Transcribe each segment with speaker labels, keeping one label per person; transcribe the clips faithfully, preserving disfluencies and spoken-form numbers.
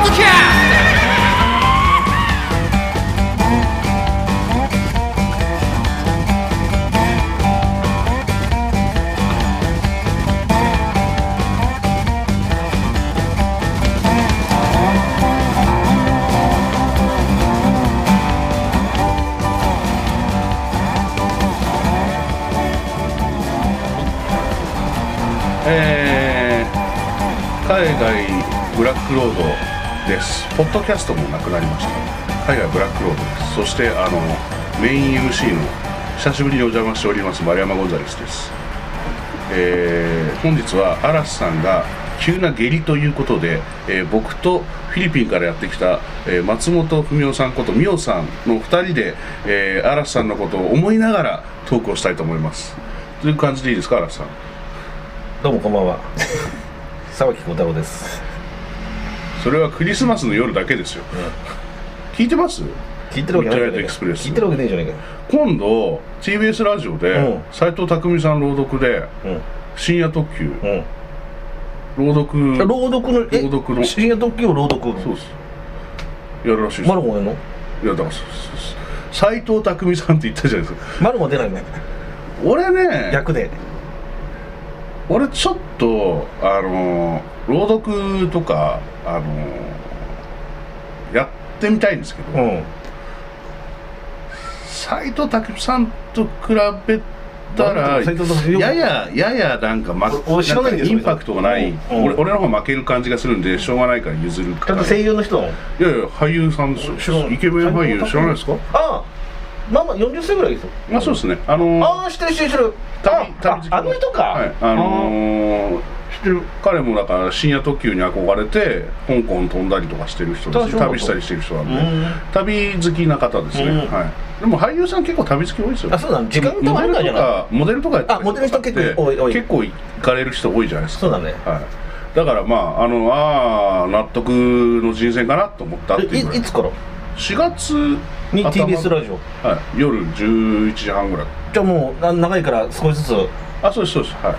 Speaker 1: ッドキャス
Speaker 2: えー、海外ブラックロードです。ポッドキャストもなくなりました。海外ブラックロードです。そしてあのメイン エムシー の久しぶりにお邪魔しております丸山ゴンザレスです。えー、本日は嵐さんが急な下痢ということで、えー、僕とフィリピンからやってきた、えー、松本文夫さんことみおさんのふたりで、えー、嵐さんのことを思いながらトークをしたいと思います。という感じでいいですか、嵐さん。
Speaker 3: どうもこんばんは沢木小太郎です。
Speaker 2: それはクリスマスの夜だけですよ、うん、聞いてます？
Speaker 3: 聞いてるわけないじゃないか。聞いてるわけないじゃないか。
Speaker 2: 今度 ティービーエス ラジオで斎藤工さん朗読で、うん、深夜特急、うん、朗読
Speaker 3: 朗読の
Speaker 2: 朗読の
Speaker 3: 深夜特急を朗読
Speaker 2: そうですやるらしいです。
Speaker 3: マルコやんの？
Speaker 2: いやだから斎藤工さんって言ったじゃないですか。
Speaker 3: マルコ出ないの？
Speaker 2: 俺ね
Speaker 3: 役で
Speaker 2: 俺ちょっとあの朗読とかあのやってみたいんですけど、斎、うん、藤工さんと比べたらややややなんか、ま、
Speaker 3: 俺知らないんですよ。
Speaker 2: インパクトがない、うん、俺, 俺の方が負ける感じがするんでしょうがないから譲るから。
Speaker 3: ちゃんと声優の人なの？い
Speaker 2: やいや俳優さんですよ。イケメン俳優知らないですか？
Speaker 3: ああまあまあよんじゅっさいぐらいですよ。
Speaker 2: まあそうですね。あのー、
Speaker 3: ああ知ってる知ってる知ってる。
Speaker 2: 旅旅
Speaker 3: ああの人か。
Speaker 2: はい。あのー、知ってる。彼もだから深夜特急に憧れて香港飛んだりとかしてる人です。旅したりしてる人なんで、旅好きな方ですね。はい。でも俳優さん結構旅好き多いですよ。
Speaker 3: あ、そうなの。時間とかあるからじゃない。
Speaker 2: モデルとかやってる。
Speaker 3: あ、モデルの人結構多い多い。
Speaker 2: 結構行かれる人多いじゃないですか。
Speaker 3: そうだね。
Speaker 2: はい。だからまああのああ納得の人生かなと思ったっていう。
Speaker 3: い, いつから？
Speaker 2: しがつ
Speaker 3: に ティービーエス ラジオ。
Speaker 2: はい。夜じゅういちじはんぐらい。
Speaker 3: じゃあもう長いから少しずつ。
Speaker 2: あ、そうですそうです。はい。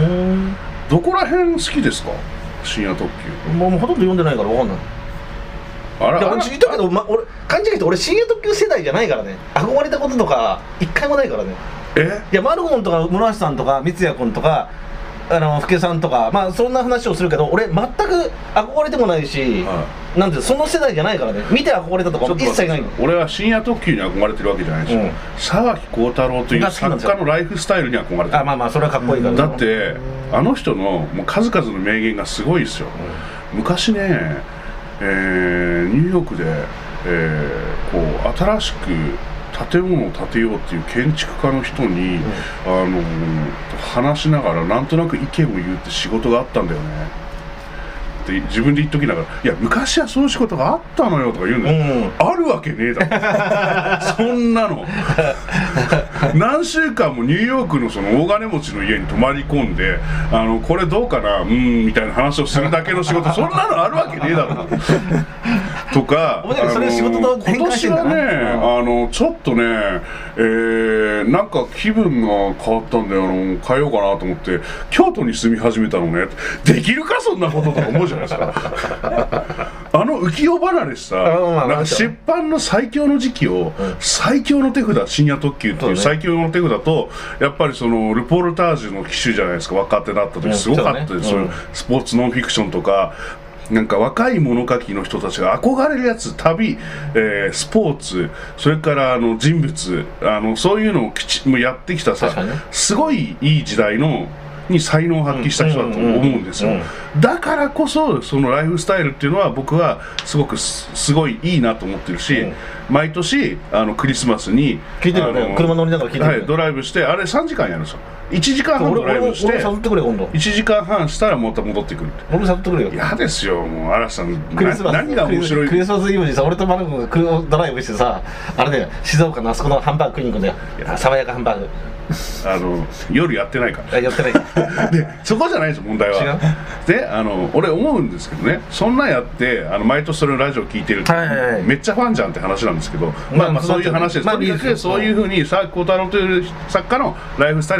Speaker 2: うん。どこら辺好きですか？深夜特急。
Speaker 3: もうほとんど読んでないから分かんない。あら。俺言ったけど、ま、俺勘違いして俺深夜特急世代じゃないからね。憧れたこととか一回もないからね。
Speaker 2: え？
Speaker 3: いやマルゴンとか室橋さんとか三谷君とか。あの福家さんとかまあそんな話をするけど俺全く憧れてもないし、はい、なんてその世代じゃないからね。見て憧れたとか一切ないの。
Speaker 2: 俺は深夜特急に憧れてるわけじゃないですよ、うん、沢木耕太郎という作家のライフスタイルに憧れてる。
Speaker 3: あまあまあそれはかっこいいから、
Speaker 2: だってあの人のもう数々の名言がすごいですよ、うん、昔ね、えー、ニューヨークで、えー、こう新しく建物を建てようっていう建築家の人に、うん、あの話しながらなんとなく意見を言うって仕事があったんだよねって自分で言っときながら、いや昔はそういう仕事があったのよとか言うんだよ、うん、あるわけねえだろそんなの何週間もニューヨークのその大金持ちの家に泊まり込んであのこれどうかなうんみたいな話をするだけの仕事そんなのあるわけねえだろとか、
Speaker 3: お前それ仕事と変換してんだな。
Speaker 2: 今年はね、あのちょっとね、えー、なんか気分が変わったんであの変えようかなと思って京都に住み始めたのね。できるかそんなこととか思うじゃないですかあの浮世離れしたなんか出版の最強の時期を、うん、最強の手札深夜特急っていう最強の手札とやっぱりそのルポルタージュの機種じゃないですか。若手だった時すごかったです、うん、そういうスポーツノンフィクションとかなんか若い物書きの人たちが憧れるやつ、旅、えー、スポーツ、それからあの人物、あのそういうのをきちもやってきたさ、すごいいい時代のに才能を発揮した人だと思うんですよ。だからこそそのライフスタイルっていうのは僕はすごく す, すごいいいなと思ってるし、うん、毎年あのクリスマスに
Speaker 3: 聞いてるよね。車乗りながら聞いてる、ね、はい、
Speaker 2: ドライブしてあれさんじかんやるんですよ。いちじかんはんドライブして
Speaker 3: 誘ってくれ今度いち
Speaker 2: じかんはんしたらまた戻ってくる。
Speaker 3: 俺誘ってくれよ。
Speaker 2: 嫌ですよもう嵐さん。クリスマス何が面白い。
Speaker 3: クリスマスイブにさ俺とマルコが車ドライブしてさあれで静岡のあそこのハンバーグ食いに行くんだよ。爽やかハンバーグ
Speaker 2: あの夜やってないから
Speaker 3: やってないから
Speaker 2: でそこじゃないです問題は。違うであの俺思うんですけどね、そんなんやってあの毎年それのラジオ聞いてる、はいはいはい、めっちゃファンじゃんって話なんですけど、まあまあそういう話です。とにかくそういうふうに沢木耕太郎という作家のライフスタイルが好きです、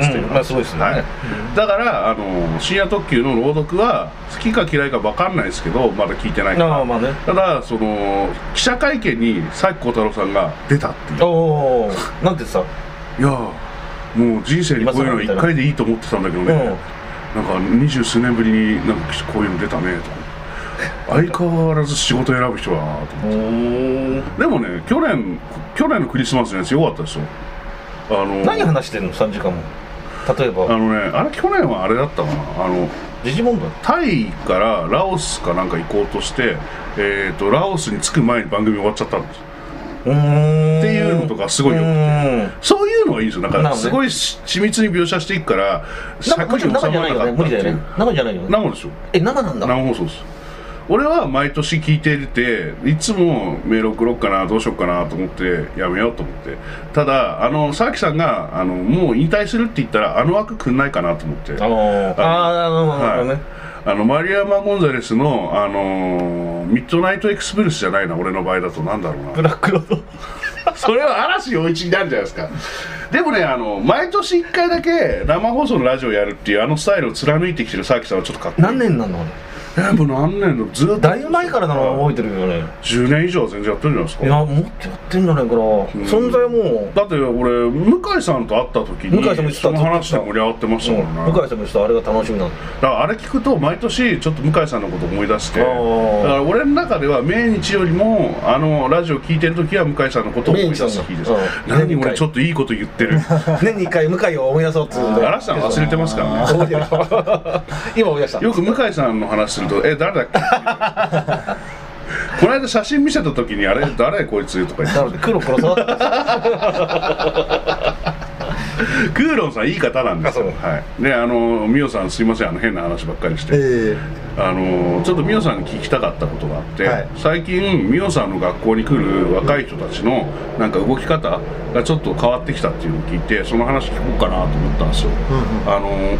Speaker 2: ステル、
Speaker 3: うんまあ、すごいですね、はい、
Speaker 2: だからあの深夜特急の朗読は好きか嫌いか分かんないですけどまだ聞いてないからあ、まあね、ただその記者会見に佐伯幸太郎さんが出たっていう。
Speaker 3: おーなんてさ
Speaker 2: いやもう人生にこういうのはいっかいでいいと思ってたんだけどね、うん、なんか二十数年ぶりになんかこういうの出たねとか相変わらず仕事選ぶ人はなと思ってでもね去年去年のクリスマスのやつ良かったですよ。あの
Speaker 3: 何話してんのさんじかんも。例えば
Speaker 2: あのねあれ去年はあれだったかなあの
Speaker 3: 時事問題
Speaker 2: タイからラオスかなんか行こうとして、えー、とラオスに着く前に番組終わっちゃったんですうーんっていうのとかすごいよくてそういうのはいいんですよ。なんかすごい緻密に描写していくから
Speaker 3: 尺に収まらなかったっていう。生じゃないよね。
Speaker 2: 生でしょ。
Speaker 3: え生なんだ。
Speaker 2: 生放送です。俺は毎年聞いていていつもメール送ろうかなどうしようかなと思ってやめようと思って。ただあの佐々木さんがあのもう引退するって言ったらあの枠くんないかなと思って。あのああのはいね。あのマリアマ・ゴンザレスの、あのー、ミッドナイトエクスプレスじゃないな俺の場合だとなんだろうな
Speaker 3: ブラックロード
Speaker 2: それは嵐陽一になるじゃないですか。でもねあの毎年いっかいだけ生放送のラジオやるっていうあのスタイルを貫いてきてる佐々木さんはちょっとかっこいい。
Speaker 3: 何年なの
Speaker 2: えもう何年だずっと
Speaker 3: だいぶ前からなの覚えてるよね。
Speaker 2: じゅうねん以上は全然やってるんじゃないですか。
Speaker 3: いやもっとやってんじゃないかな、うん、存在はもう
Speaker 2: だって俺向井さんと会った時に向井さんもその話で盛り上がってましたからね、
Speaker 3: うん、向井さんもしたあれが楽しみなんだ。
Speaker 2: だからあれ聞くと毎年ちょっと向井さんのこと思い出してだから俺の中では命日よりもあのラジオ聞いてる時は向井さんのことを思い出す日です。何俺ちょっといいこと言ってる
Speaker 3: 年にいっかい向井を思い出そうっつうんで
Speaker 2: 嵐さん忘れてますからね
Speaker 3: 今思い出した。
Speaker 2: よく向井さんの話するとえ誰だっけこの間写真見せた時にあれ誰こいつとか言って。
Speaker 3: クーロン殺そう
Speaker 2: クーロンさんいい方なんですよ。はいねあのミオさんすいませんあの変な話ばっかりして、えー、あのちょっとミオさんに聞きたかったことがあって、はい、最近ミオさんの学校に来る若い人たちのなんか動き方がちょっと変わってきたっていうのを聞いてその話聞こうかなと思ったんですよ。うんうん、あの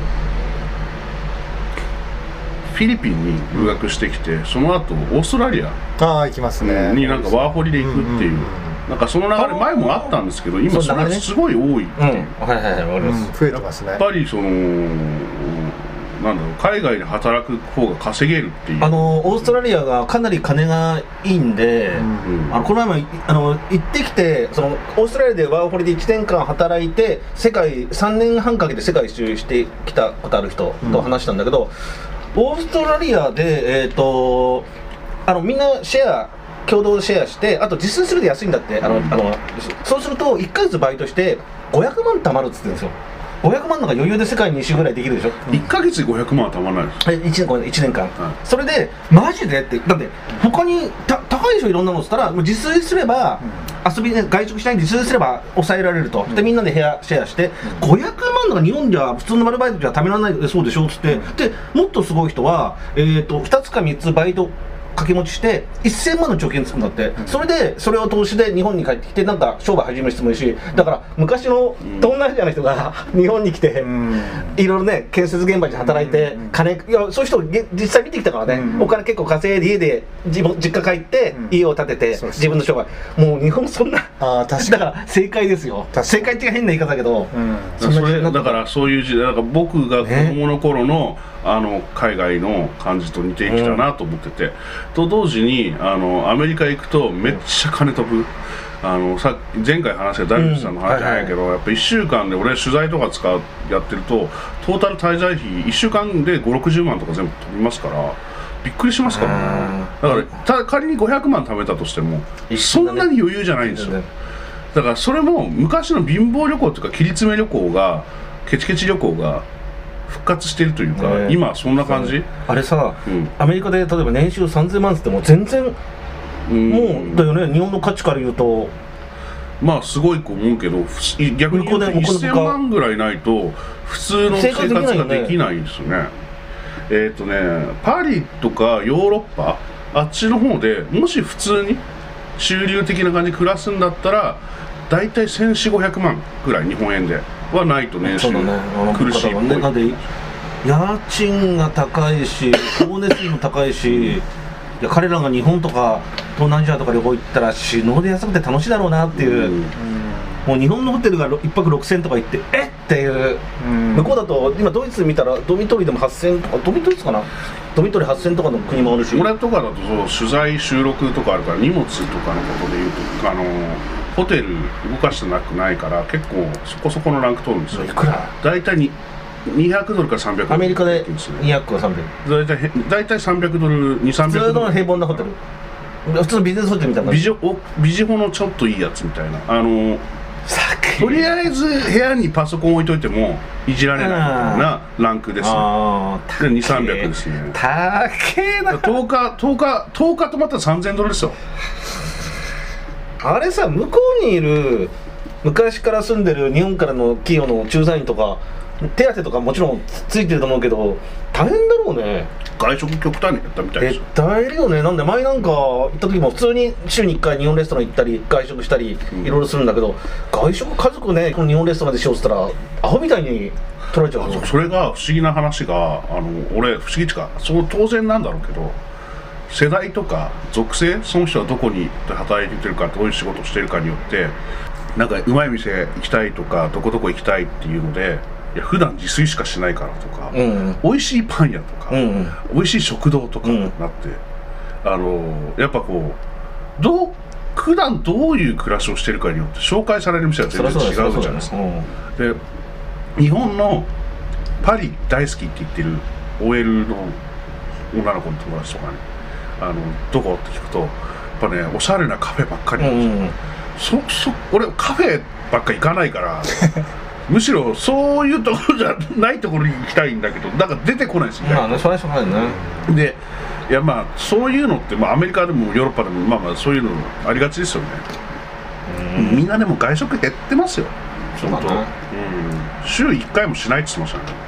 Speaker 2: フィリピンに留学してきてその後オーストラリア
Speaker 1: あ行きますね
Speaker 2: になんかワーホリで行くっていう、なんかその流れ前もあったんですけど今それすごい多いっていう、
Speaker 1: 増えてますね。
Speaker 2: やっぱりそのなんだろう海外で働く方が稼げるっていう。
Speaker 3: あのオーストラリアがかなり金がいいんで、うん、あのこの前もあの行ってきてそのオーストラリアでワーホリでいちねんかん働いて世界さんねんはんかけて世界一周してきたことある人と話したんだけど、うん、オーストラリアでえっ、ー、とあのみんなシェア共同シェアしてあと自炊するで安いんだってあの、うん、あのそうするといっかげつバイトしてごひゃくまん貯まるっつってるんですよ。ごひゃくまんなんか余裕で世界に周ぐらいできるでしょ。
Speaker 2: いっかげつでごひゃくまんはたまらないです。
Speaker 3: いちねんかん、いちねんかん、はい、それでマジでってだって他にた高いでしょいろんなのっつったらもう自炊すれば、うん、遊びで外食しないで自炊すれば抑えられると、うん、でみんなで部屋シェアして、うん、ごひゃくまんなんか日本では普通のアルバイトじゃ貯められないそうでしょっつって、うん、でもっとすごい人は、えー、とふたつかみっつバイト掛け持ちしてせんまんの貯金つくんだって、うん、それでそれを投資で日本に帰ってきてなんか商売始める人もいるしだから昔の東南アジアの人が日本に来て、うん、いろいろね建設現場で働いて、うん、金いやそういう人を実際見てきたからね、うん、お金結構稼いで家で自分実家帰って、うん、家を建てて、うん、自分の商売もう日本そんなあ確かだから正解ですよ。正解っていう変な言い方だけど、うん、
Speaker 2: そんな時代だからそういう時代だから僕が子供の頃の、ねあの海外の感じと似てきたなと思ってて、うん、と同時にあのアメリカ行くとめっちゃ金飛ぶ。あのさ前回話したダルビッシュさんの話じゃないけど、うんはいはい、やっぱいっしゅうかんで俺取材とか使うやってるとトータル滞在費いっしゅうかんでごひゃくろくじゅうまんとか全部飛びますからびっくりしますからね。だからた仮にごひゃくまん貯めたとしてもそんなに余裕じゃないんですよ。だからそれも昔の貧乏旅行というか切り詰め旅行がケチケチ旅行が復活してるというか、ね、今そんな感じ。
Speaker 3: あれさ、うん、アメリカで例えば年収さんぜんまんってもう全然、うん、もうだよね日本の価値から言うと
Speaker 2: まあすごいと思うけど逆に言うといっせんまんぐらいないと普通の生活ができないですよね。えっとねパリとかヨーロッパあっちの方でもし普通に中流的な感じで暮らすんだったらだいたいせんよんひゃくごひゃくまんぐらい日本円ではないと年収苦しいっぽい。
Speaker 3: なんで家賃が高いし光熱費も高いしいや彼らが日本とか東南アジアとか旅行行ったら死ぬほど安くて楽しいだろうなっていう、うん、もう日本のホテルがいっぱくろくせんとか行ってえっっていう、うん、向こうだと今ドイツ見たらドミトリーでもはっせんとか、ドミトリーかな、ドミトリーはっせんとかの国もあるし、
Speaker 2: 俺とかだとそう取材収録とかあるから荷物とかのことでいうとあのホテル動かしてなくないから結構そこそこのランク取るんですよ。
Speaker 3: いくら
Speaker 2: 大体ににひゃくドルからさんびゃくドル、
Speaker 3: アメリカでにひゃくかさんびゃく、
Speaker 2: 大体大体さんびゃくドル、にひゃく、さんびゃくドル、
Speaker 3: 普通の平凡なホテル、普通のビジネスホテルみたいな、
Speaker 2: ビジョビジホのちょっといいやつみたいな、あのとりあえず部屋にパソコン置いといてもいじられないみたいなランクですね。でにひゃく、さんびゃくですね。
Speaker 3: たけえな。
Speaker 2: とおかとおかとおかとまったらさんぜんドルですよ。
Speaker 3: あれさ、向こうにいる昔から住んでる日本からの企業の駐在員とか手当とかもちろんついてると思うけど大変だろうね。
Speaker 2: 外食極端にやったみたいですよ。
Speaker 3: 絶対いるよね。なんで前なんか行った時も普通に週にいっかい日本レストラン行ったり外食したりいろいろするんだけど、外食家族ねこの日本レストランでしようって言ったらアホみたいに取られちゃうの。
Speaker 2: それが不思議な話が、あの俺不思議っていうかそう当然なんだろうけど、世代とか属性、その人はどこに働いてるかどういう仕事をしてるかによってなんかうまい店行きたいとかどこどこ行きたいっていうので、いや普段自炊しかしないからとか、うんうん、美味しいパン屋とか、うんうん、美味しい食堂とかになって、うん、あのやっぱこうどう普段どういう暮らしをしてるかによって紹介される店は全然違うじゃないですか。で日本のパリ大好きって言ってる オーエル の女の子の友達とかね、あのどこって聞くとやっぱねおしゃれなカフェばっかりなんですよ、うんうん、そそ俺カフェばっか行かないからむしろそういうところじゃないところに行きたいんだけど、だから出てこないですよね。
Speaker 3: まあね、それはしょうがないね。
Speaker 2: でいやまあそういうのって、まあ、アメリカでもヨーロッパでもまあまあそういうのありがちですよね。うんみんなでも外食減ってますよ。
Speaker 3: そうだね、うん、
Speaker 2: 週いっかいもしないって言ってましたね。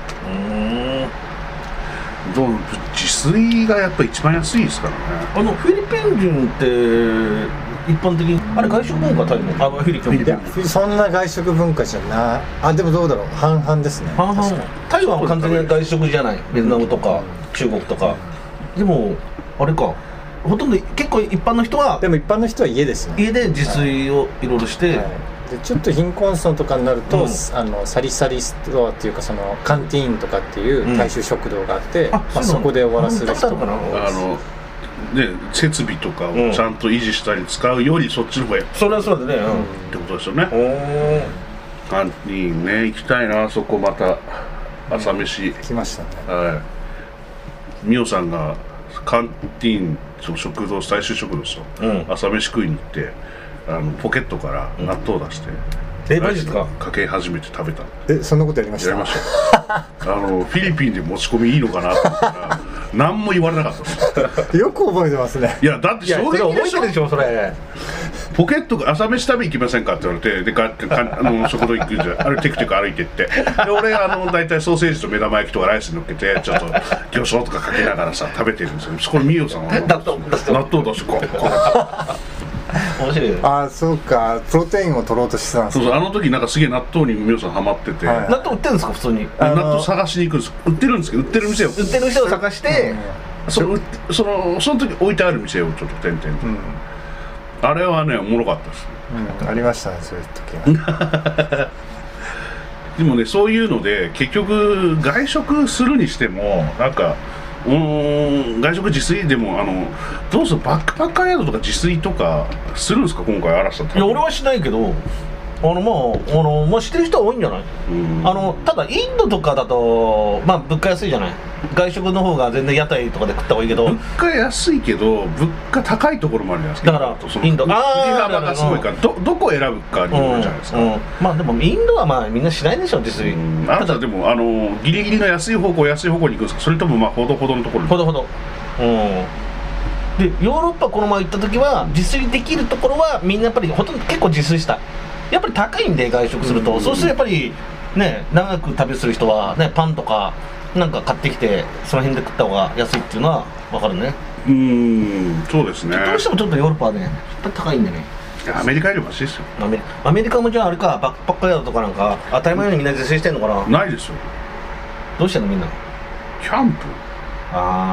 Speaker 2: うんどう自炊がやっぱ一番安いですからね。
Speaker 3: あのフィリピン人って一般的にあれ外食文化タイもあフィリピン
Speaker 1: いやそんな外食文化じゃない。あでもどうだろう、半々ですね。
Speaker 3: 半々。台湾は完全に外食じゃない。ベトナムとか、うん、中国とか、うん、でもあれかほとんど結構一般の人は
Speaker 1: でも一般の人は家ですね。
Speaker 3: 家で自炊をいろいろして、はい
Speaker 1: でちょっと貧困層とかになると、うん、あのサリサリストアっていうかそのカンティーンとかっていう大衆食堂があって、うんあまあ、そこで終わらせる人も
Speaker 2: あのね、設備とかをちゃんと維持したり使うよりそっちの方が
Speaker 3: それはそうだね、うん、
Speaker 2: ってことですよね。カンティーンね行きたいな。そこまた朝飯、うん、
Speaker 1: 来ましたね。
Speaker 2: はいミオさんがカンティーンの食堂大衆食堂ですよ、うん、朝飯食いに行ってあのポケットから納豆出して、
Speaker 3: うん、えマジですか
Speaker 2: かけ始めて食べた。
Speaker 1: えそんなことやりました。
Speaker 2: やりましたあのフィリピンで持ち込みいいのかなと思ったら何も言われなかったです
Speaker 1: よく覚えてますね。
Speaker 2: いやだって衝撃でしょ。
Speaker 3: 覚えてるでしょそれ。
Speaker 2: ポケットが朝飯食べ行きませんかって言われてでかかあの食堂行くんじゃあれテクテク歩いてってで俺あの大体ソーセージと目玉焼きとかライスに乗っけてちょっと魚醤とかかけながらさ食べてるんですよ。そこにミオさんは納豆出してこうこう
Speaker 3: 面白い。
Speaker 1: あそうかプロテインを取ろうとしてたんです。
Speaker 2: そうそうあの時なんかすげえ納豆にミオさんハマってて、はい、
Speaker 3: 納豆売ってるんですか普通に。
Speaker 2: 納豆探しに行くんです。売ってるんですけど売ってる店を売
Speaker 3: ってる店を探して、
Speaker 2: うん、そのそのその時置いてある店をちょっと点々と、うん、あれはねおもろかったです、
Speaker 1: うん、ありましたねそういう時は
Speaker 2: でもねそういうので結局外食するにしてもなんかうーん外食自炊でもあのどうするバックパッカー宿とか自炊とかするんですか今回嵐さん。
Speaker 3: いや俺はしないけどあのまああのまあ知ってる人は多いんじゃない。あのただインドとかだとまあ物価安いじゃない。外食の方が全然屋台とかで食った方がいいけど
Speaker 2: 物価安いけど物価高いところもあるじゃないですか。
Speaker 3: だからインド
Speaker 2: 振り幅がすごいからどどこ選ぶかによるじゃないですか、うんうん、
Speaker 3: まあでもインドはまあみんなしないでしょ自炊。
Speaker 2: あなたでもあのギリギリの安い方向安い方向に行くんですかそれともまあほどほどのところに。
Speaker 3: ほどほど。うんでヨーロッパこの前行った時は自炊できるところはみんなやっぱりほとんど結構自炊した。やっぱり高いんで外食すると、うんうんうん、そうするとやっぱりね長く旅する人はねパンとかなんか買ってきてその辺で食った方が安いっていうのは分かるね。
Speaker 2: うーんそうですね。
Speaker 3: どうしてもちょっとヨーロッパはねやっぱり高いんでね。
Speaker 2: アメリカよりマシですよ。
Speaker 3: アメリカアメリカもじゃああれかバックパッカー宿とかなんか当たり前のようにみんな自炊してんのかな。
Speaker 2: ないですよ。
Speaker 3: どうしてんのみんな。
Speaker 2: キャンプ。
Speaker 3: ああ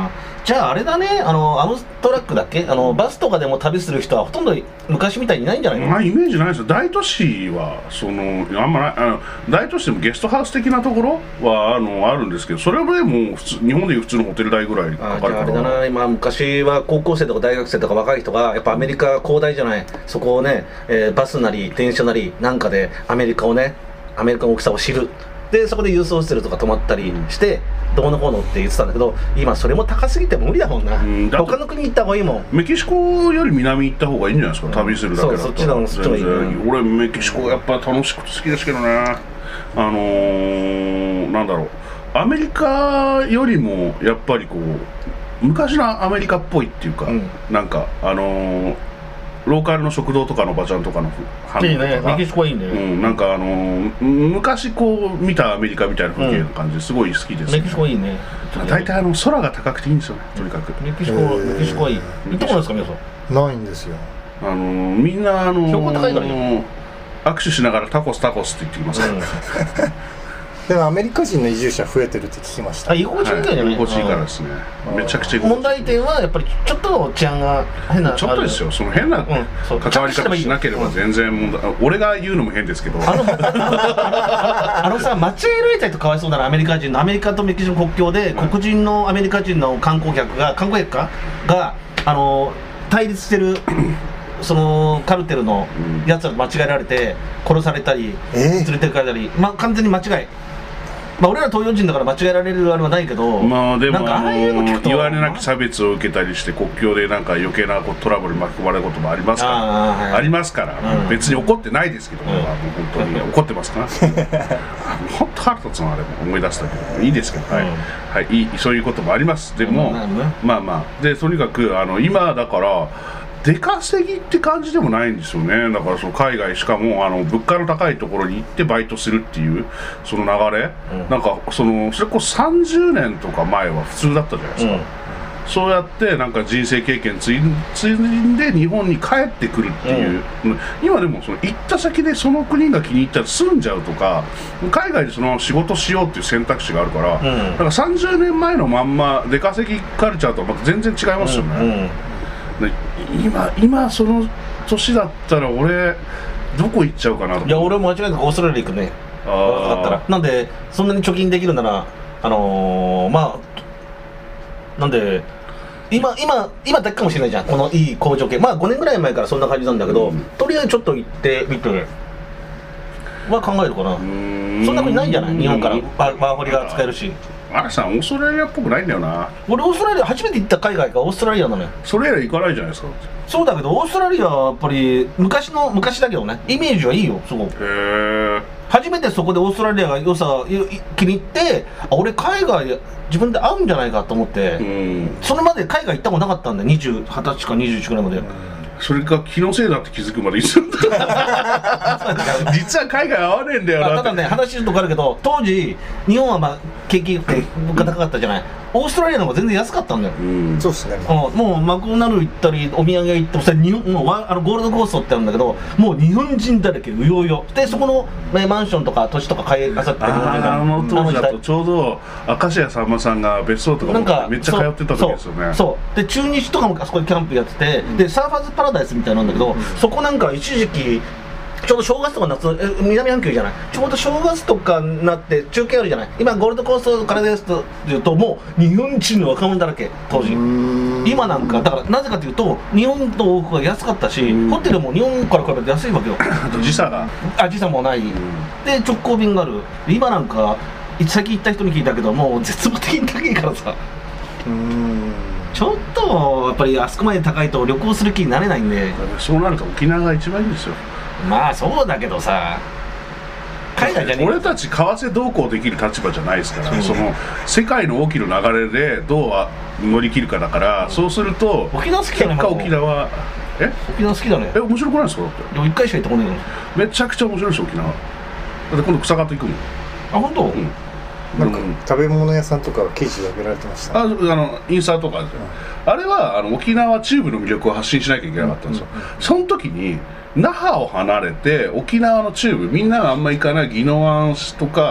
Speaker 3: じゃああれだね、あのアムトラックだっけ、あのバスとかでも旅する人はほとんど昔みたいにいないんじゃないの？
Speaker 2: まあイメージないですよ。大都市はそのあんまないあの大都市でもゲストハウス的なところはあのあるんですけど、それはでも普通日本でいう普通のホテル代ぐらいかかるから。
Speaker 3: あ, あれだな、今昔は高校生とか大学生とか若い人がやっぱアメリカ広大じゃない、そこをね、えー、バスなり電車なりなんかでアメリカをね、アメリカの大きさを知る。でそこで輸送してるとか泊まったりして、うん、どうのこうのって言ってたんだけど、今それも高すぎて無理だもんな、うん、他の国行った方がいいもん。
Speaker 2: メキシコより南行った方がいいんじゃないですか、うん、旅するだけだったら。
Speaker 3: そうそっちだもん、そっちがいいね。
Speaker 2: 俺メキシコやっぱ楽しくて好きですけどね。あのー、なんだろう、アメリカよりもやっぱりこう昔のアメリカっぽいっていうか、うん、なんかあのーローカルの食堂とかのおばちゃんとかの
Speaker 3: 反応とか、いいね、メキシコはいいね、
Speaker 2: うん、なんかあのー、昔こう見たアメリカみたいな風景の感じですごい好きです、ね、
Speaker 3: メキシコいいね。
Speaker 2: 大体あの空が高くていいんですよね、とにかく。
Speaker 3: メキシコ、メキシコはいい。行ったことないですか皆さん？
Speaker 1: ないんですよ。
Speaker 2: あのー、みんなあのー、
Speaker 3: 標高高いからね、
Speaker 2: 握手しながらタコスタコスって言ってきますから、
Speaker 1: うんでもアメリカ人の移住者増えてるって聞きました。
Speaker 3: あ、居心地いいんじゃない？
Speaker 2: 居心地いいからですね。めちゃくちゃ居心地いい。
Speaker 3: 問題点はやっぱりちょっとの治安が変な。
Speaker 2: ちょっとですよ。その変な関わり方しなければ全然問題。俺が言うのも変ですけど。
Speaker 3: あのあのさ、間違えられた人かわいそうだな。アメリカ人のアメリカとメキシコ国境で黒人のアメリカ人の観光客が観光客かがあの対立してる。そのカルテルのやつらと間違えられて殺されたり、えー、連れて行かれたり、まあ完全に間違い。まあ俺ら東洋人だから間違えられるあれはないけど、
Speaker 2: まあでもなんかああいうの聞くと言われなき差別を受けたりして国境でなんか余計なトラブルに巻き込まれることもありますから、あ、はい、ありますから、うん、別に怒ってないですけど、うん、もう本当に怒ってますか本当腹立つのあれも思い出したけどいいですけど、はい、うん、はい、いいそういうこともあります。でも、うん、まあまあでとにかくあの今だから出稼ぎって感じでもないんですよね。だからその海外しかもあの物価の高いところに行ってバイトするっていうその流れ、うん、なんかそのそれこそさんじゅうねんとか前は普通だったじゃないですか、うん、そうやってなんか人生経験ついんで日本に帰ってくるっていう、うん、今でもその行った先でその国が気に入ったら住んじゃうとか海外でその仕事しようっていう選択肢があるから、うん、だからさんじゅうねんまえのまんま出稼ぎカルチャーとはまた全然違いますよね、うんうん、今, 今その年だったら俺どこ行っちゃうかなと。
Speaker 3: いや俺も間違いなくオーストラリア行くね。若かったら。なんでそんなに貯金できるならあのー、まあなんで今今今だけかもしれないじゃん、このいい好条件。まあごねんぐらい前からそんな感じなんだけど、うん、とりあえずちょっと行ってみては考えるかな。そんな国ないんじゃない？日本からワーホリが使えるし。
Speaker 2: あれさんオーストラリアっぽくないんだよな。
Speaker 3: 俺オーストラリア初めて行った海外がオーストラリアなのよ。
Speaker 2: それ以来行かないじゃないですか。
Speaker 3: そうだけどオーストラリアはやっぱり昔の昔だけどね、イメージはいいよすごく。へえ。初めてそこでオーストラリアが良さ気に入って、あ俺海外自分で合うんじゃないかと思って、うん、それまで海外行ったことなかったんで、にじゅう、はたちかにじゅういちくらいまで、うん、そ
Speaker 2: れが気のせいだって気づくまでいつだった実は海外合わねえんだよなって。
Speaker 3: ただね話するとこあるけど、当時日本はまあ景気って物価高かったじゃない、オーストラリアの方が全然安かったんだよ、うん、
Speaker 1: そうですね、
Speaker 3: もうマクドナルド行ったりお土産行ってもそれ日本もうあのゴールドコーストってあるんだけど、もう日本人だらけうようよで、そこの、ね、マンションとか土地とか買いあさって、
Speaker 2: ああの当時だとちょうど明石家さんまさんが別荘とかもめっちゃ通ってた時ですよね。
Speaker 3: そうそうで中日とかもあそこでキャンプやってて、うん、でサーファーズパラダイスみたいなんだけど、うん、そこなんか一時期ちょうど正月とか夏え南半球じゃない、ちょうど正月とかになって中継あるじゃない、今ゴールドコーストからですというともう日本人の若者だらけ当時。今なんかだからなぜかというと日本と往復が安かったし、ホテルも日本から比べて安いわけよ。
Speaker 2: あと時差が
Speaker 3: あ時差もないで直行便がある。今なんか先行った人に聞いたけどもう絶望的に高いからさ、うーんちょっとやっぱりあそこまで高いと旅行する気になれないんで。
Speaker 2: そうなると沖縄が一番いいんですよ。
Speaker 3: まあそうだけどさ、海外じゃねえ。
Speaker 2: 俺たち為替どうこうできる立場じゃないですから、その世界の大きな流れでどう乗り切るかだから、うん、そうすると
Speaker 3: 沖縄好きだね。
Speaker 2: 結果沖縄え
Speaker 3: 沖縄好きだね。
Speaker 2: え面白くないですか？だって
Speaker 3: でもいっかいしか行ったことない
Speaker 2: の。めちゃくちゃ面白いですよ沖縄。だって今度草潟行くもん。
Speaker 3: あ本当？うん。
Speaker 1: なんか食べ物屋さんとか記事で上げられてました、ね、
Speaker 2: ああのインスタとかあるじゃん、うん、あれはあの沖縄中部の魅力を発信しなきゃいけなかったんですよ、うんうんうん、その時に那覇を離れて沖縄の中部みんながあんま行かない宜野湾とか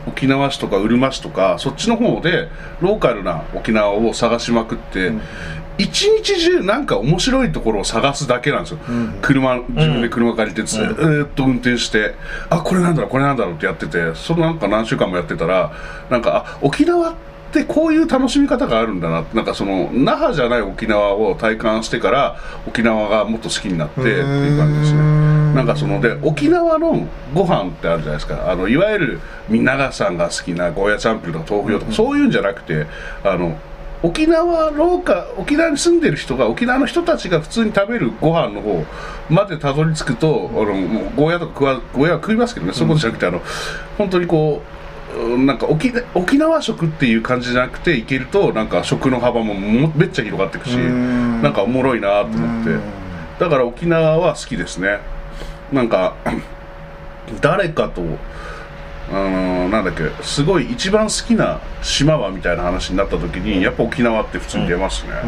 Speaker 2: 沖縄市とかうるま市とかそっちの方でローカルな沖縄を探しまくって、うん、一日中なんか面白いところを探すだけなんですよ、うん、車自分で車借りてず、うん、えー、っと運転して、あこれなんだろうこれなんだろうってやってて、そのなんか何週間もやってたらなんかあ沖縄ってこういう楽しみ方があるんだなって、なんかその那覇じゃない沖縄を体感してから沖縄がもっと好きになってっていう感じですね。なんかそので沖縄のご飯ってあるじゃないですか、あのいわゆる皆さんが好きなゴーヤチャンプルとか豆腐よとか、うん、そういうんじゃなくて、あの沖縄ローカ沖縄に住んでる人が沖縄の人たちが普通に食べるご飯の方までたどり着くと、あのもうゴーヤとか食わゴーヤは食いますけどね、そういうことじゃなくて、あの本当にこうなんか 沖, 沖縄食っていう感じじゃなくていけると、なんか食の幅もめっちゃ広がっていくし、んなんかおもろいなと思って、だから沖縄は好きですね。なんか誰かとあのー、なんだっけすごい一番好きな島はみたいな話になった時にやっぱ沖縄って普通に出ますね、うん、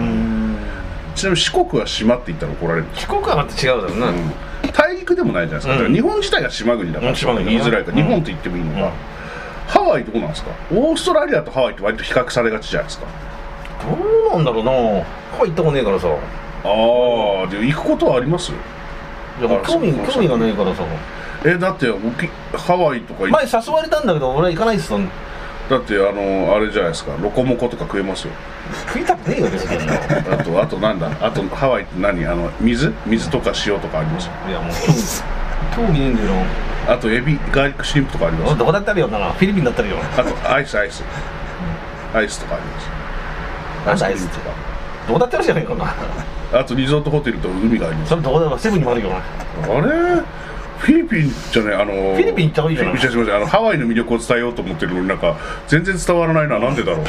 Speaker 2: ちなみに四国は島って言ったら怒られるんです
Speaker 3: か？四国はまた違うだろうな、うん、
Speaker 2: 大陸でもないじゃないですか、だから日本自体が島国だから、うん、言いづらいから、うん、日本って言ってもいいのか、うん、ハワイどうなんですか？オーストラリアとハワイって割と比較されがちじゃないですか。
Speaker 3: どうなんだろうな、ハワイ行ったことねえからさ。
Speaker 2: ああ、で行くことはあります？
Speaker 3: いや興味興味がないからさ。
Speaker 2: えだってハワイとか
Speaker 3: 前誘われたんだけど俺は行かないっす。
Speaker 2: だってあのあれじゃないですか、ロコモコとか食えますよ。
Speaker 3: 食いたくねえよ別に。
Speaker 2: あとあとなんだあとハワイって何、あの水水とか塩とかありますよ。
Speaker 3: いやもう興味ねえんだよ。
Speaker 2: あとエビガーリックシュリンプとかありますよ。
Speaker 3: どこだったらよな、フィリピンだったらよ。
Speaker 2: あとアイスアイス、うん、アイスとかあります。
Speaker 3: アイスとかどこだったらじゃないかな。
Speaker 2: あとリゾートホテルと海があります。
Speaker 3: それどこだろう、セブンにもあるよな。
Speaker 2: あれフィリピンじゃね、あのー、
Speaker 3: フィリピン行った方がいいじゃない。
Speaker 2: すみません、あのハワイの魅力を伝えようと思ってるのになんか全然伝わらないのはなんでだろう。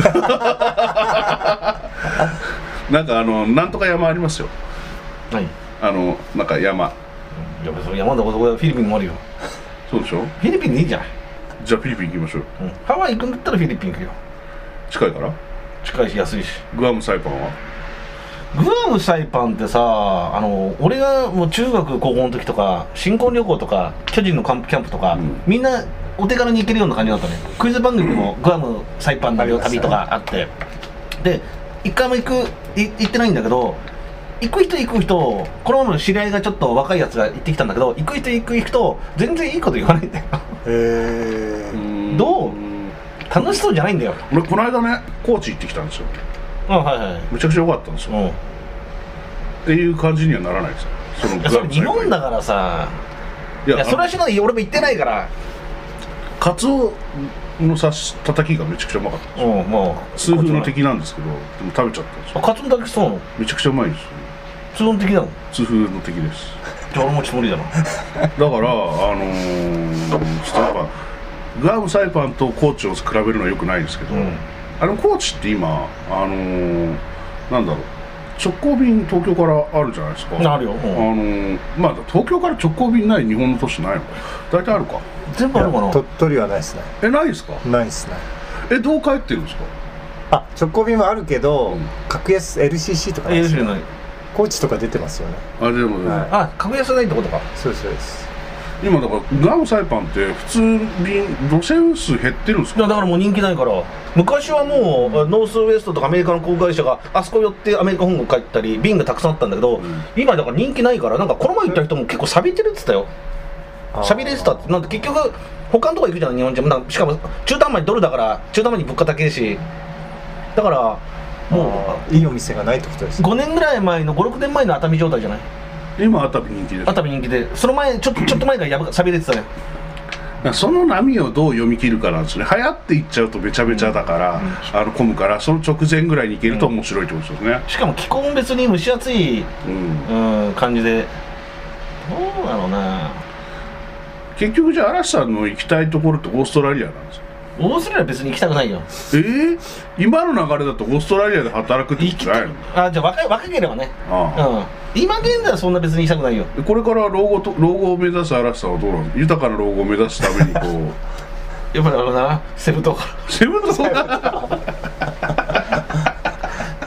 Speaker 2: なんかあのなんとか山ありますよ。
Speaker 3: 何？
Speaker 2: あのなんか山。
Speaker 3: いや別に山どこどこフィリピンもあるよ。
Speaker 2: そうでしょ。
Speaker 3: フィリピンでいいじゃない。
Speaker 2: じゃあフィリピン行きましょう。
Speaker 3: うん、ハワイ行くんだったらフィリピン行くよ。
Speaker 2: 近いから。
Speaker 3: 近いし安いし。
Speaker 2: グアムサイパンは？
Speaker 3: グアムサイパンってさ、あの俺がもう中学高校の時とか新婚旅行とか巨人のキャンプキャンプとか、うん、みんなお手軽に行けるような感じだったね。クイズ番組でもグアムサイパンの旅とかあって、で一回も行くい行ってないんだけど、行く人行く人このままの知り合いがちょっと若いやつが行ってきたんだけど、行く人行く人全然いいこと言わないんだよ。へえ。どう？楽しそうじゃないんだよ。
Speaker 2: 俺この間ね高知行ってきたんですよ。
Speaker 3: あ、はいはい、
Speaker 2: めちゃくちゃ良かったんですよ、うん、っていう感じにはならないですよ。
Speaker 3: そのグアムそれ日本だからさ。いや、いやそれはしない俺も行ってないから。
Speaker 2: カツオの刺したたきがめちゃくちゃうまかったんですよ、うん、まあ痛風の敵なんですけど、でも食べちゃったんですよ。
Speaker 3: カツオの敵そうなの？め
Speaker 2: ちゃくちゃうまいんですよ。
Speaker 3: 痛風の敵なの？
Speaker 2: 痛風の敵です。
Speaker 3: じゃあ俺もちょっと無理だな。
Speaker 2: だからあのー、ちょっとやっぱグアムサイパンと高知を比べるのはよくないんですけど、うん、あの高知って今あのー、なんだろう直行便東京からあるじゃないですか。
Speaker 3: あるよ、うん、
Speaker 2: あのー、まあ東京から直行便ない日本の都市ないのか。大体あるか。
Speaker 3: 全部あるかな。
Speaker 1: 鳥取はないですね。
Speaker 2: え、ないですか？
Speaker 1: ないですね。
Speaker 2: え、どう帰ってるんですか？
Speaker 1: あ、直行便はあるけど、うん、格安 エルシーシー とかないですよね。高知とか出てますよね。
Speaker 2: あ、でも、
Speaker 3: はい、あ、格安ないってことか。
Speaker 1: そうですそうです。
Speaker 2: 今だからグアムサイパンって普通便路線数減ってるんですか？
Speaker 3: いやだからもう人気ないから。昔はもう、うん、ノースウエストとかアメリカの航空会社があそこ寄ってアメリカ本国帰ったり便がたくさんあったんだけど、うん、今だから人気ないから、なんかこの前行った人も結構錆びてるって言ってたよ。錆びれてたって。なんで結局他のとこ行くじゃん日本人も。しかも中途半端にドルだから中途半端に物価高いし、だからも
Speaker 1: ういいお店がないってことです。
Speaker 3: ごねんぐらい前のごろくねんまえの熱海状態じゃない？
Speaker 2: 今熱海人気です。
Speaker 3: 熱海人気で、その前ちょっとちょっと前がやば錆びれてたね。
Speaker 2: その波をどう読み切るかなんですね。流行っていっちゃうとめちゃめちゃだから、うん、あの混むから、その直前ぐらいに行けると面白いってことですね、うん、
Speaker 3: しかも気候も別に蒸し暑い、うんうん、感じで、どうだろうな。
Speaker 2: 結局じゃあ嵐さんの行きたいところってオーストラリアなんですよ。
Speaker 3: オーストラリア別に行きたくないよ。
Speaker 2: えー、今の流れだとオーストラリアで働くってことないの？
Speaker 3: あ、じゃあ若い若ければね。ああ、うん、今現在はそんな別に行きたくないよ。
Speaker 2: これから老後と老後を目指す嵐さんはどうなの？豊かな老後を目指すためにこう
Speaker 3: やっぱりあのな、セブ島から
Speaker 2: セブ島から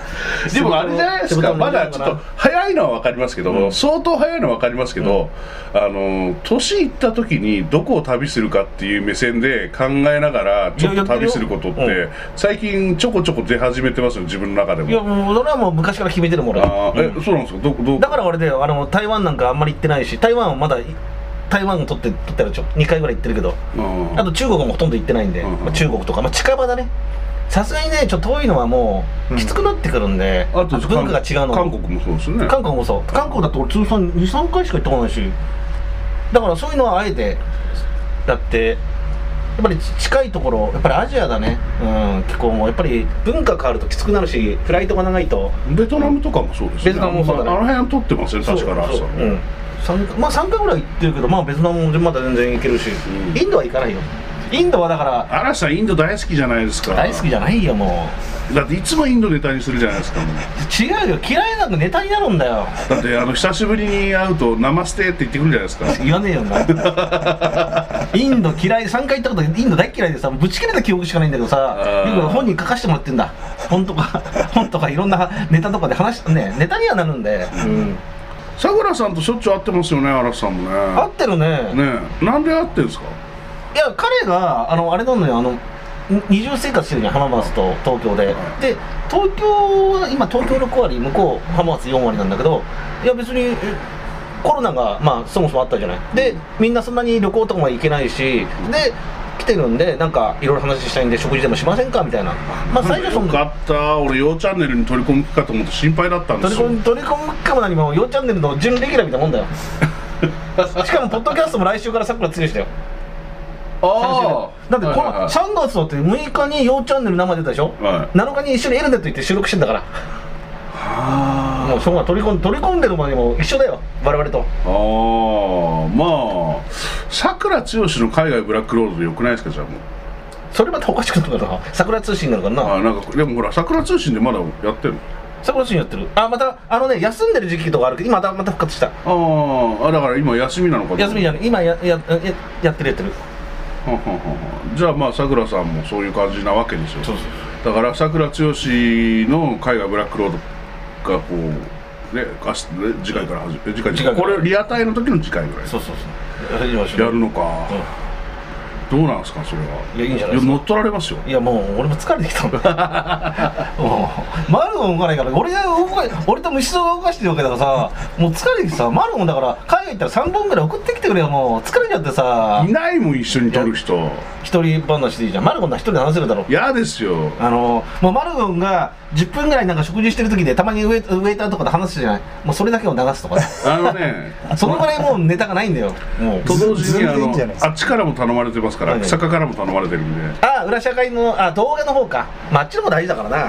Speaker 2: でもあれじゃないですか、まだちょっと早いのは分かりますけど、うん、相当早いのは分かりますけど、うん、あの年いった時にどこを旅するかっていう目線で考えながらちょっと旅することって、うん、最近ちょこちょこ出始めてますよ、自分の中でも。
Speaker 3: いやもうそれはもう昔から決めてるもん。
Speaker 2: あ、うん、えそうなんですか。どど
Speaker 3: だから俺であの台湾なんかあんまり行ってないし、台湾はまだ台湾を取って取ったらちょにかいぐらい行ってるけど、あと中国もほとんど行ってないんで、まあ、中国とか、まあ、近場だね。さすがにねちょっと遠いのはもうきつくなってくるんで、うん、あと文化が違うの。
Speaker 2: 韓国もそうですね。
Speaker 3: 韓国もそう。韓国だと俺通算にさんかいしか行ったことないし、だからそういうのはあえてだってやっぱり近いところ、やっぱりアジアだね、うん、気候もやっぱり文化変わるときつくなるし、フライトが長いと。
Speaker 2: ベトナムとかもそうですね。
Speaker 3: ベトナムもそうだね。
Speaker 2: あの辺は取ってますよ、確かラスさん。
Speaker 3: うんまあさんかいぐらい行ってるけど、まあベトナムもまだ全然行けるし、うん、インドは行かないよ。インドはだから
Speaker 2: 嵐さんインド大好きじゃないですか。
Speaker 3: 大好きじゃないよも
Speaker 2: う。だっていつもインドネタにするじゃないですか。もう
Speaker 3: 違うよ、嫌いなくネタになるんだよ。
Speaker 2: だってあの久しぶりに会うとナマステって言ってくるじゃないですか。
Speaker 3: 言わねえよなインド嫌い、さんかい行ったことインド大嫌いでさ、ぶち切れた記憶しかないんだけどさ、本に書かせてもらってんだ。本とか本とかいろんなネタとかで話してね、ネタにはなるんで、うん、
Speaker 2: さくらさんとしょっちゅう会ってますよね、嵐さんもね。
Speaker 3: 会ってるね。
Speaker 2: ねえ、なんで会ってるんですか。
Speaker 3: いや彼があのあれなのよ、あの二重生活してるじゃん、浜松と東京で、はい、で東京は今東京ろくわり、向こう浜松よんわりなんだけど、いや別にコロナがまあそもそもあったじゃない。でみんなそんなに旅行とかも行けないし、で来てるんでなんかいろいろ話したいんで食事でもしませんかみたいな。まあ最初その
Speaker 2: よかった、俺ようチャンネルに取り込むかと思って心配だったんですよ。
Speaker 3: 取り込む取り込むかも何もようチャンネルの準レギュラーみたいなもんだよしかもポッドキャストも来週からさくらつけしたよ。ああ、だってこのさんがつだってむいかにようチャンネル生出たでしょ、はい、なのかに一緒にエルネット行って収録してんだから。はあ、もうしょうがない、取り込ん取り込んでるまでも一緒だよ我々と。
Speaker 2: ああ、まあさくらつよしの海外ブラックロードでよくないですか。じゃあもう
Speaker 3: それまたおかしくなるからさくら通信になるからな。
Speaker 2: あ、なんかでもほらさくら通信でまだやってるの。
Speaker 3: さくら通信やってる。あ、またあのね休んでる時期とかあるけど今またまた復活した。あ
Speaker 2: あ、だから今休みなのか。
Speaker 3: 休みじゃない、今ややややってるやってる。
Speaker 2: じゃあまあさくらさんもそういう感じなわけですよ。そうそう、だからさくらつよしの海外ブラックロードがこうね、次回から始め次回次回これリアタイの時の次回ぐらい。そうそうそうやるのか、うん、どうなんですかそれは。
Speaker 3: いや、いいんじゃないですか。
Speaker 2: 乗っ取られますよ。
Speaker 3: いやもう俺も疲れてきたもんもうマルゴン動かないから、俺が動か俺と虫を動かしてるわけだからさ、もう疲れてきてさ、マルゴンだから海外行ったらさんぼんぐらい送ってきてくれよ。もう疲れちゃってさ。
Speaker 2: いないもん一緒に撮る人。
Speaker 3: 一人話でいいじゃん。マルゴンな一人で話せるだろ。
Speaker 2: 嫌ですよ。
Speaker 3: あのもうマルゴンがじゅっぷんぐらいなんか食事してる時でたまにウェイ、ウェイターとかで話すじゃない。もうそれだけを流すとかね
Speaker 2: あのね
Speaker 3: そのぐらいもうネタがないんだよ。もう
Speaker 2: と同時にあのあっちからも頼まれてますから、草加からも頼まれてるんで。
Speaker 3: ああ、裏社会のあ動画の方か、まあ、あっちの方大事だからな。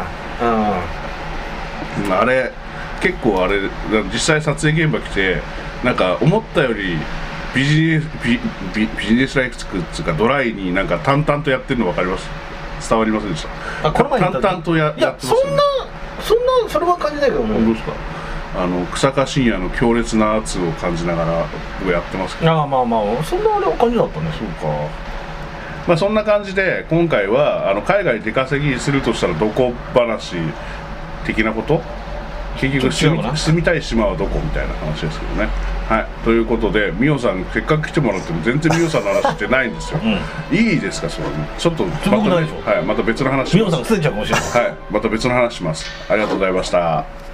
Speaker 2: うん、あれ結構あれ実際撮影現場来てなんか思ったよりビジネス ビ, ビ, ビジネスライクつうかドライになんか淡々とやってるの分かります。伝わりませんでした。
Speaker 3: あ、この前
Speaker 2: 淡々と や,
Speaker 3: いや
Speaker 2: やってますよね。
Speaker 3: そんなそんなそれは感じないけども。
Speaker 2: どうですか。あの草加信也の強烈な圧を感じながら僕やってますけど。
Speaker 3: ああ、まあまあそんなあれは感じだったね。
Speaker 2: そうか。まあそんな感じで今回はあの海外出稼ぎするとしたらどこ話的なこと、結局住 み, 住みたい島はどこみたいな話ですけどね。はい、ということでミオさんせっかく来てもらっても全然ミオさんの話ってないんですよ、うん、いいですかそれ。ちょっとまた、ね、はい、また別の話します。
Speaker 3: ミオさんが捨てちゃうかもしれない。
Speaker 2: はい、また別の話します。ありがとうございました。